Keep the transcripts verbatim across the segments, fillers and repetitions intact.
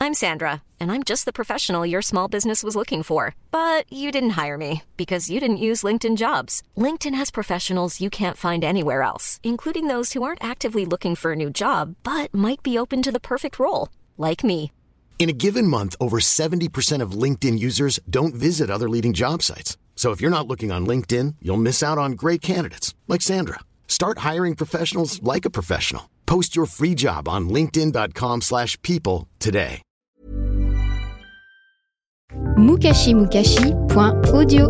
I'm Sandra, and I'm just the professional your small business was looking for. But you didn't hire me because you didn't use LinkedIn Jobs. LinkedIn has professionals you can't find anywhere else, including those who aren't actively looking for a new job, but might be open to the perfect role, like me. In a given month, over seventy percent of LinkedIn users don't visit other leading job sites. So if you're not looking on LinkedIn, you'll miss out on great candidates like Sandra. Start hiring professionals like a professional. Post your free job on linkedin dot com slash people today. mukashi mukashi point audio.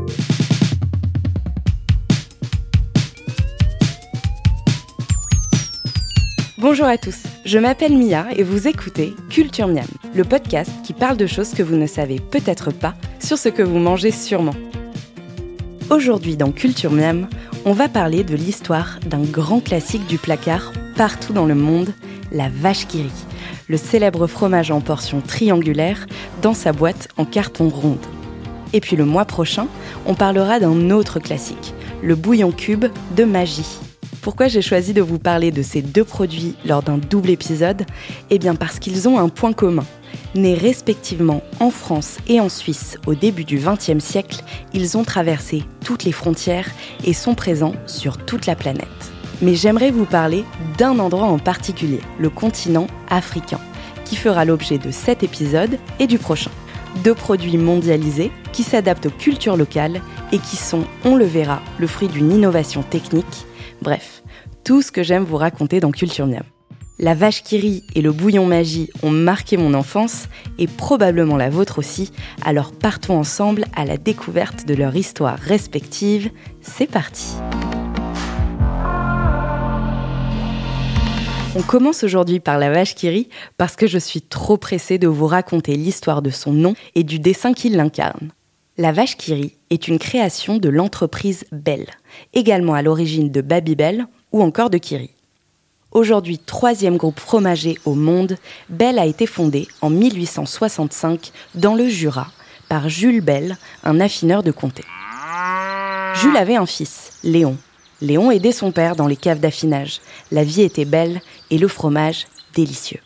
Bonjour à tous, je m'appelle Mia et vous écoutez Culture Miam, le podcast qui parle de choses que vous ne savez peut-être pas sur ce que vous mangez sûrement. Aujourd'hui dans Culture Miam, on va parler de l'histoire d'un grand classique du placard partout dans le monde, la vache qui rit, le célèbre fromage en portion triangulaire dans sa boîte en carton ronde. Et puis le mois prochain, on parlera d'un autre classique, le bouillon cube de Maggi. Pourquoi j'ai choisi de vous parler de ces deux produits lors d'un double épisode ? Eh bien parce qu'ils ont un point commun. Nés respectivement en France et en Suisse au début du vingtième siècle, ils ont traversé toutes les frontières et sont présents sur toute la planète. Mais j'aimerais vous parler d'un endroit en particulier, le continent africain, qui fera l'objet de cet épisode et du prochain. Deux produits mondialisés qui s'adaptent aux cultures locales et qui sont, on le verra, le fruit d'une innovation technique. Bref, tout ce que j'aime vous raconter dans Culture Miam. La vache qui rit et le bouillon Maggi ont marqué mon enfance et probablement la vôtre aussi, alors partons ensemble à la découverte de leur histoire respective. C'est parti! On commence aujourd'hui par la vache qui rit parce que je suis trop pressée de vous raconter l'histoire de son nom et du dessin qui l'incarne. La vache qui rit est une création de l'entreprise Bell, également à l'origine de Babybel ou encore de Kiri. Aujourd'hui troisième groupe fromager au monde, Bell a été fondé en mille huit cent soixante-cinq dans le Jura par Jules Bell, un affineur de comté. Jules avait un fils, Léon. Léon aidait son père dans les caves d'affinage. La vie était belle et le fromage délicieux.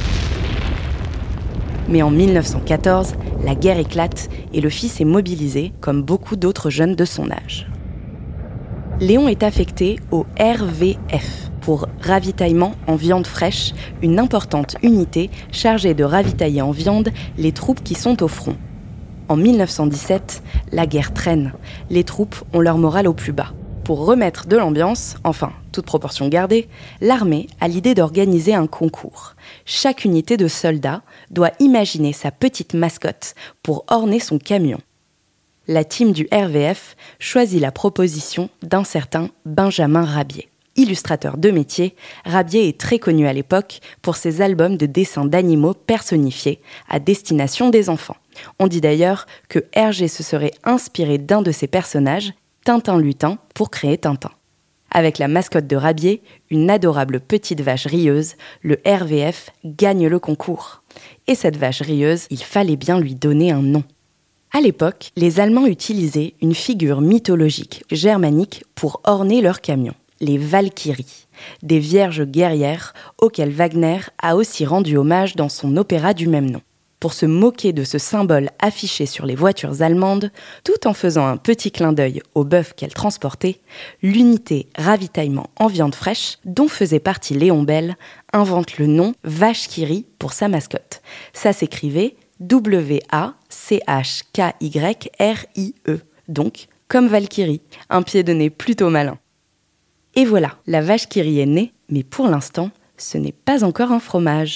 Mais en mille neuf cent quatorze, la guerre éclate et le fils est mobilisé comme beaucoup d'autres jeunes de son âge. Léon est affecté au R V F pour ravitaillement en viande fraîche, une importante unité chargée de ravitailler en viande les troupes qui sont au front. En mille neuf cent dix-sept, la guerre traîne. Les troupes ont leur morale au plus bas. Pour remettre de l'ambiance, enfin, toute proportion gardée, l'armée a l'idée d'organiser un concours. Chaque unité de soldats doit imaginer sa petite mascotte pour orner son camion. La team du R V F choisit la proposition d'un certain Benjamin Rabier. Illustrateur de métier, Rabier est très connu à l'époque pour ses albums de dessins d'animaux personnifiés à destination des enfants. On dit d'ailleurs que Hergé se serait inspiré d'un de ses personnages, Tintin Lutin, pour créer Tintin. Avec la mascotte de Rabier, une adorable petite vache rieuse, le R V F gagne le concours. Et cette vache rieuse, il fallait bien lui donner un nom. À l'époque, les Allemands utilisaient une figure mythologique germanique pour orner leur camion, les Valkyries, des vierges guerrières auxquelles Wagner a aussi rendu hommage dans son opéra du même nom. Pour se moquer de ce symbole affiché sur les voitures allemandes, tout en faisant un petit clin d'œil au bœuf qu'elles transportaient, l'unité ravitaillement en viande fraîche, dont faisait partie Léon Bell, invente le nom Vache qui rit pour sa mascotte. Ça s'écrivait W A C H K Y R I E, donc comme Valkyrie, un pied de nez plutôt malin. Et voilà, la vache qui rit est née, mais pour l'instant, ce n'est pas encore un fromage.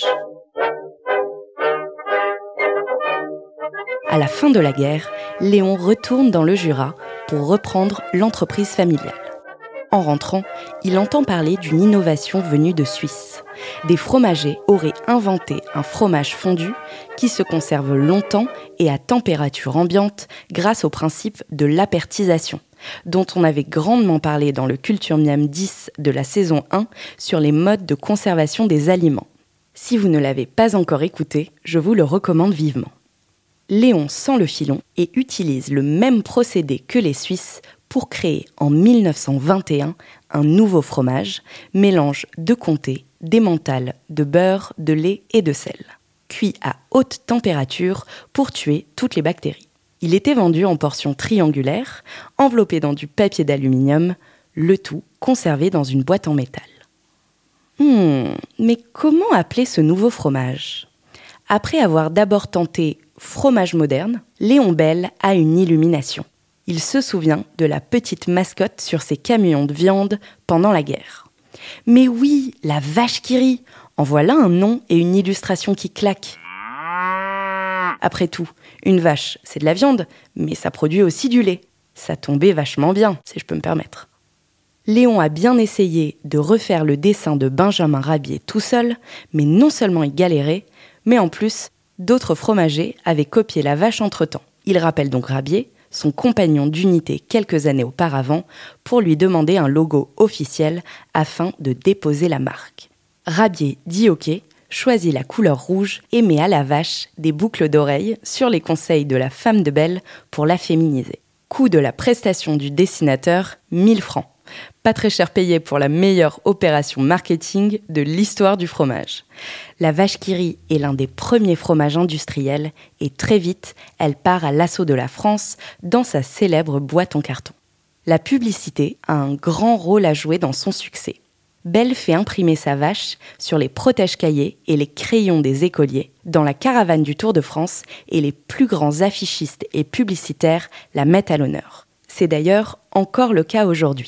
À la fin de la guerre, Léon retourne dans le Jura pour reprendre l'entreprise familiale. En rentrant, il entend parler d'une innovation venue de Suisse. Des fromagers auraient inventé un fromage fondu qui se conserve longtemps et à température ambiante grâce au principe de l'apertisation, dont on avait grandement parlé dans le Culture Miam dix de la saison un sur les modes de conservation des aliments. Si vous ne l'avez pas encore écouté, je vous le recommande vivement. Léon sent le filon et utilise le même procédé que les Suisses pour créer en mille neuf cent vingt et un un nouveau fromage, mélange de comté, d'emmental, de beurre, de lait et de sel. cuit à haute température pour tuer toutes les bactéries. Il était vendu en portions triangulaires, enveloppé dans du papier d'aluminium, le tout conservé dans une boîte en métal. Hmm, mais comment appeler ce nouveau fromage ? Après avoir d'abord tenté fromage moderne, Léon Bel a une illumination. Il se souvient de la petite mascotte sur ses camions de viande pendant la guerre. Mais oui, la vache qui rit, en voilà un nom et une illustration qui claquent. Après tout, une vache, c'est de la viande, mais ça produit aussi du lait. Ça tombait vachement bien, si je peux me permettre. Léon a bien essayé de refaire le dessin de Benjamin Rabier tout seul, mais non seulement il galérait, mais en plus, d'autres fromagers avaient copié la vache entre-temps. Il rappelle donc Rabier, son compagnon d'unité quelques années auparavant, pour lui demander un logo officiel afin de déposer la marque. Rabier dit OK, choisit la couleur rouge et met à la vache des boucles d'oreilles sur les conseils de la femme de Bel pour la féminiser. Coût de la prestation du dessinateur, mille francs. Pas très cher payé pour la meilleure opération marketing de l'histoire du fromage. La vache qui rit est l'un des premiers fromages industriels et très vite, elle part à l'assaut de la France dans sa célèbre boîte en carton. La publicité a un grand rôle à jouer dans son succès. Bel fait imprimer sa vache sur les protège-cahiers et les crayons des écoliers, dans la caravane du Tour de France, et les plus grands affichistes et publicitaires la mettent à l'honneur. C'est d'ailleurs encore le cas aujourd'hui.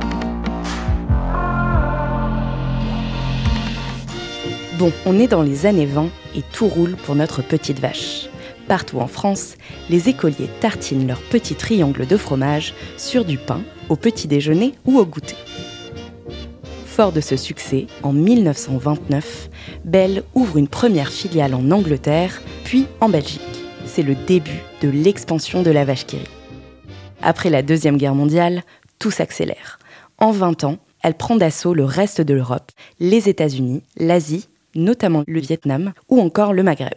Bon, on est dans les années vingt et tout roule pour notre petite vache. Partout en France, les écoliers tartinent leur petit triangle de fromage sur du pain, au petit déjeuner ou au goûter. Fort de ce succès, en mille neuf cent vingt-neuf, Bel ouvre une première filiale en Angleterre, puis en Belgique. C'est le début de l'expansion de la vache qui rit. Après la Deuxième Guerre mondiale, tout s'accélère. En vingt ans, elle prend d'assaut le reste de l'Europe, les États-Unis, l'Asie, notamment le Vietnam ou encore le Maghreb.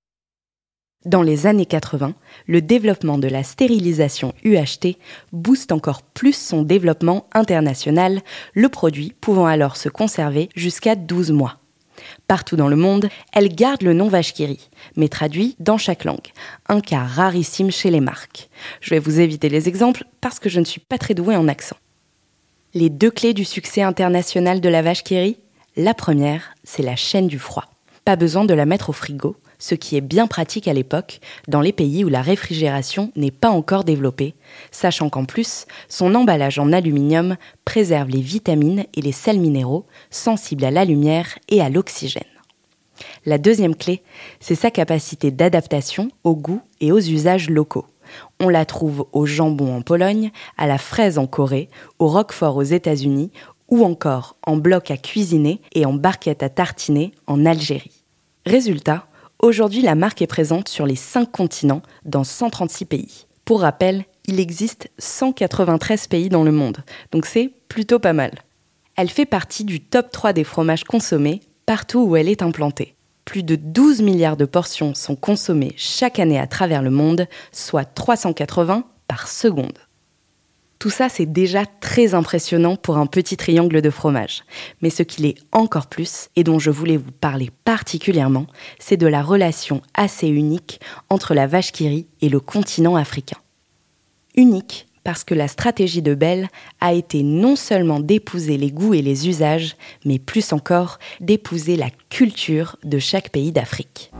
Dans les années quatre-vingts, le développement de la stérilisation U H T booste encore plus son développement international, le produit pouvant alors se conserver jusqu'à douze mois. Partout dans le monde, elle garde le nom vache qui rit, mais traduit dans chaque langue, un cas rarissime chez les marques. Je vais vous éviter les exemples parce que je ne suis pas très douée en accent. Les deux clés du succès international de la vache qui rit, la première, c'est la chaîne du froid. Pas besoin de la mettre au frigo, ce qui est bien pratique à l'époque, dans les pays où la réfrigération n'est pas encore développée, sachant qu'en plus, son emballage en aluminium préserve les vitamines et les sels minéraux, sensibles à la lumière et à l'oxygène. La deuxième clé, c'est sa capacité d'adaptation aux goûts et aux usages locaux. On la trouve au jambon en Pologne, à la fraise en Corée, au roquefort aux États-Unis, ou encore en bloc à cuisiner et en barquette à tartiner en Algérie. Résultat, aujourd'hui la marque est présente sur les cinq continents dans cent trente-six pays. Pour rappel, il existe cent quatre-vingt-treize pays dans le monde, donc c'est plutôt pas mal. Elle fait partie du top trois des fromages consommés partout où elle est implantée. Plus de douze milliards de portions sont consommées chaque année à travers le monde, soit trois cent quatre-vingts par seconde. Tout ça, c'est déjà très impressionnant pour un petit triangle de fromage. Mais ce qu'il est encore plus, et dont je voulais vous parler particulièrement, c'est de la relation assez unique entre la vache qui rit et le continent africain. Unique parce que la stratégie de Bel a été non seulement d'épouser les goûts et les usages, mais plus encore d'épouser la culture de chaque pays d'Afrique.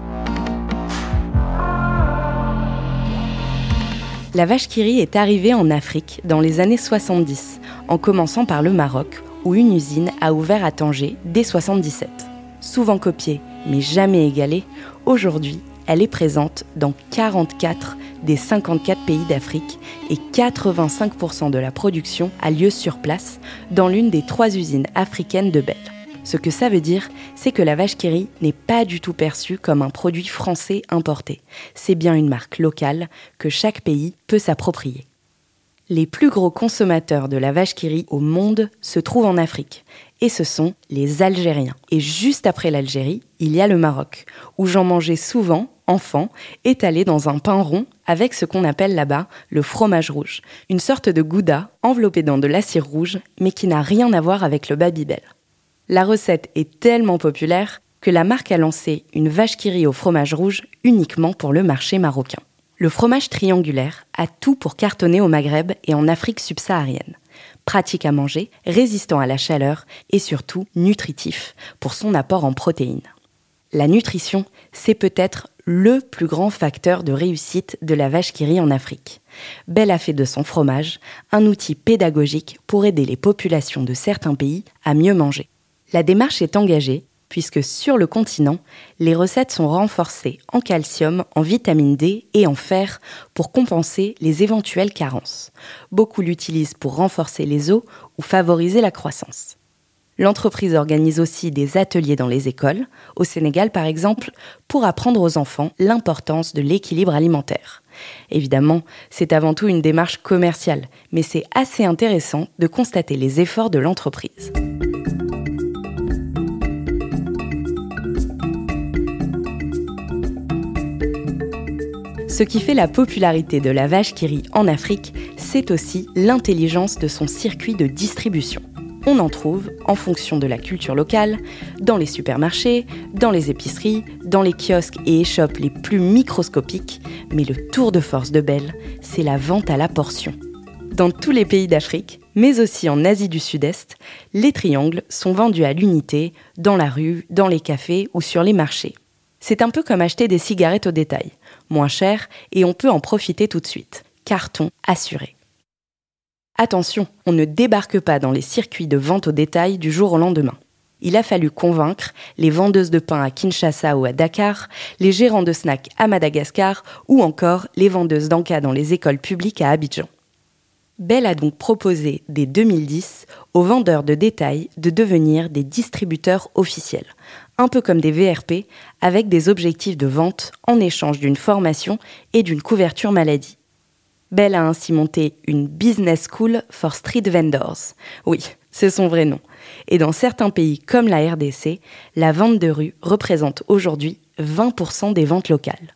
La vache qui rit est arrivée en Afrique dans les années soixante-dix, en commençant par le Maroc, où une usine a ouvert à Tanger dès soixante-dix-sept. Souvent copiée, mais jamais égalée, aujourd'hui, elle est présente dans quarante-quatre des cinquante-quatre pays d'Afrique et quatre-vingt-cinq pour cent de la production a lieu sur place, dans l'une des trois usines africaines de Bel. Ce que ça veut dire, c'est que la vache qui rit n'est pas du tout perçue comme un produit français importé. C'est bien une marque locale que chaque pays peut s'approprier. Les plus gros consommateurs de la vache qui rit au monde se trouvent en Afrique. Et ce sont les Algériens. Et juste après l'Algérie, il y a le Maroc, où j'en mangeais souvent, enfant, étalé dans un pain rond avec ce qu'on appelle là-bas le fromage rouge. Une sorte de gouda enveloppé dans de la cire rouge, mais qui n'a rien à voir avec le Babybel. La recette est tellement populaire que la marque a lancé une vache qui rit au fromage rouge uniquement pour le marché marocain. Le fromage triangulaire a tout pour cartonner au Maghreb et en Afrique subsaharienne. Pratique à manger, résistant à la chaleur et surtout nutritif pour son apport en protéines. La nutrition, c'est peut-être le plus grand facteur de réussite de la vache qui rit en Afrique. Bell a fait de son fromage un outil pédagogique pour aider les populations de certains pays à mieux manger. La démarche est engagée puisque sur le continent, les recettes sont renforcées en calcium, en vitamine D et en fer pour compenser les éventuelles carences. Beaucoup l'utilisent pour renforcer les os ou favoriser la croissance. L'entreprise organise aussi des ateliers dans les écoles, au Sénégal par exemple, pour apprendre aux enfants l'importance de l'équilibre alimentaire. Évidemment, c'est avant tout une démarche commerciale, mais c'est assez intéressant de constater les efforts de l'entreprise. Ce qui fait la popularité de la vache qui rit en Afrique, c'est aussi l'intelligence de son circuit de distribution. On en trouve, en fonction de la culture locale, dans les supermarchés, dans les épiceries, dans les kiosques et échoppes les plus microscopiques, mais le tour de force de Bell, c'est la vente à la portion. Dans tous les pays d'Afrique, mais aussi en Asie du Sud-Est, les triangles sont vendus à l'unité, dans la rue, dans les cafés ou sur les marchés. C'est un peu comme acheter des cigarettes au détail, moins cher et on peut en profiter tout de suite. Carton assuré. Attention, on ne débarque pas dans les circuits de vente au détail du jour au lendemain. Il a fallu convaincre les vendeuses de pain à Kinshasa ou à Dakar, les gérants de snacks à Madagascar ou encore les vendeuses d'Anka dans les écoles publiques à Abidjan. Bell a donc proposé dès deux mille dix aux vendeurs de détail de devenir des distributeurs officiels, un peu comme des V R P, avec des objectifs de vente en échange d'une formation et d'une couverture maladie. Bell a ainsi monté une Business School for Street Vendors. Oui, c'est son vrai nom. Et dans certains pays comme la R D C, la vente de rue représente aujourd'hui vingt pour cent des ventes locales.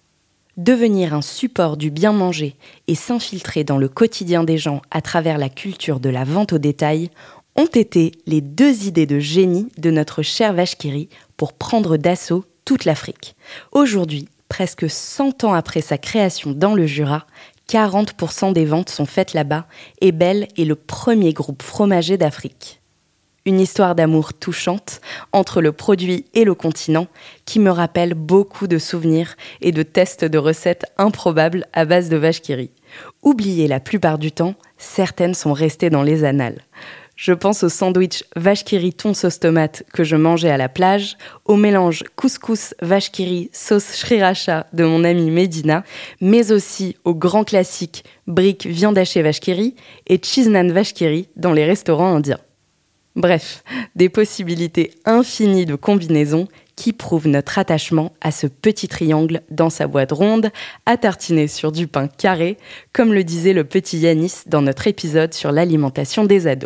Devenir un support du bien manger et s'infiltrer dans le quotidien des gens à travers la culture de la vente au détail ont été les deux idées de génie de notre chère vache qui rit pour prendre d'assaut toute l'Afrique. Aujourd'hui, presque cent ans après sa création dans le Jura, quarante pour cent des ventes sont faites là-bas et Bell est le premier groupe fromager d'Afrique. Une histoire d'amour touchante entre le produit et le continent qui me rappelle beaucoup de souvenirs et de tests de recettes improbables à base de vache qui rit. Oubliées la plupart du temps, certaines sont restées dans les annales. Je pense au sandwich vache qui rit thon sauce tomate que je mangeais à la plage, au mélange couscous vache qui rit sauce sriracha de mon amie Medina, mais aussi au grand classique brick viande hachée vache qui rit et cheese naan vache qui rit dans les restaurants indiens. Bref, des possibilités infinies de combinaisons qui prouvent notre attachement à ce petit triangle dans sa boîte ronde, à tartiner sur du pain carré, comme le disait le petit Yanis dans notre épisode sur l'alimentation des ados.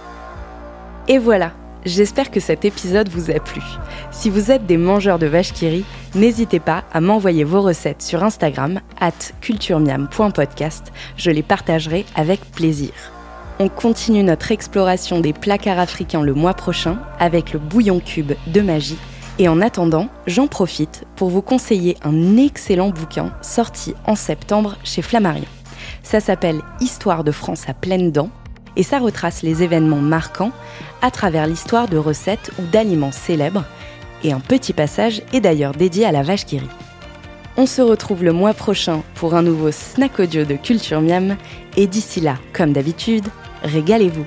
Et voilà, j'espère que cet épisode vous a plu. Si vous êtes des mangeurs de vache qui rit, n'hésitez pas à m'envoyer vos recettes sur Instagram arobase culturemiam point podcast, je les partagerai avec plaisir. On continue notre exploration des placards africains le mois prochain avec le bouillon cube de magie. Et en attendant, j'en profite pour vous conseiller un excellent bouquin sorti en septembre chez Flammarion. Ça s'appelle « Histoire de France à pleines dents » et ça retrace les événements marquants à travers l'histoire de recettes ou d'aliments célèbres. Et un petit passage est d'ailleurs dédié à la vache qui rit. On se retrouve le mois prochain pour un nouveau snack audio de Culture Miam. Et d'ici là, comme d'habitude, régalez-vous.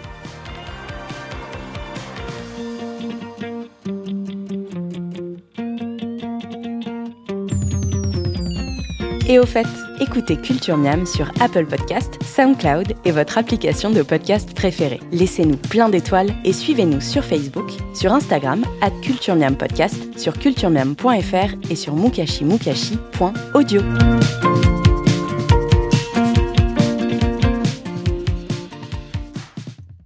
Et au fait, écoutez Culture Miam sur Apple Podcast, SoundCloud et votre application de podcast préférée. Laissez-nous plein d'étoiles et suivez-nous sur Facebook, sur Instagram, arobase culturemiam podcast, sur culturemiam point f r et sur mukashi mukashi point audio.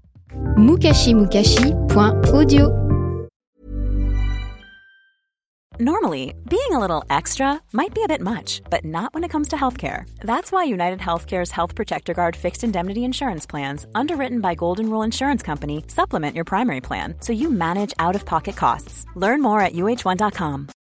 mukashi mukashi point audio. Normally, being a little extra might be a bit much, but not when it comes to healthcare. That's why United Healthcare's Health Protector Guard fixed indemnity insurance plans, underwritten by Golden Rule Insurance Company, supplement your primary plan so you manage out-of-pocket costs. Learn more at U H one dot com.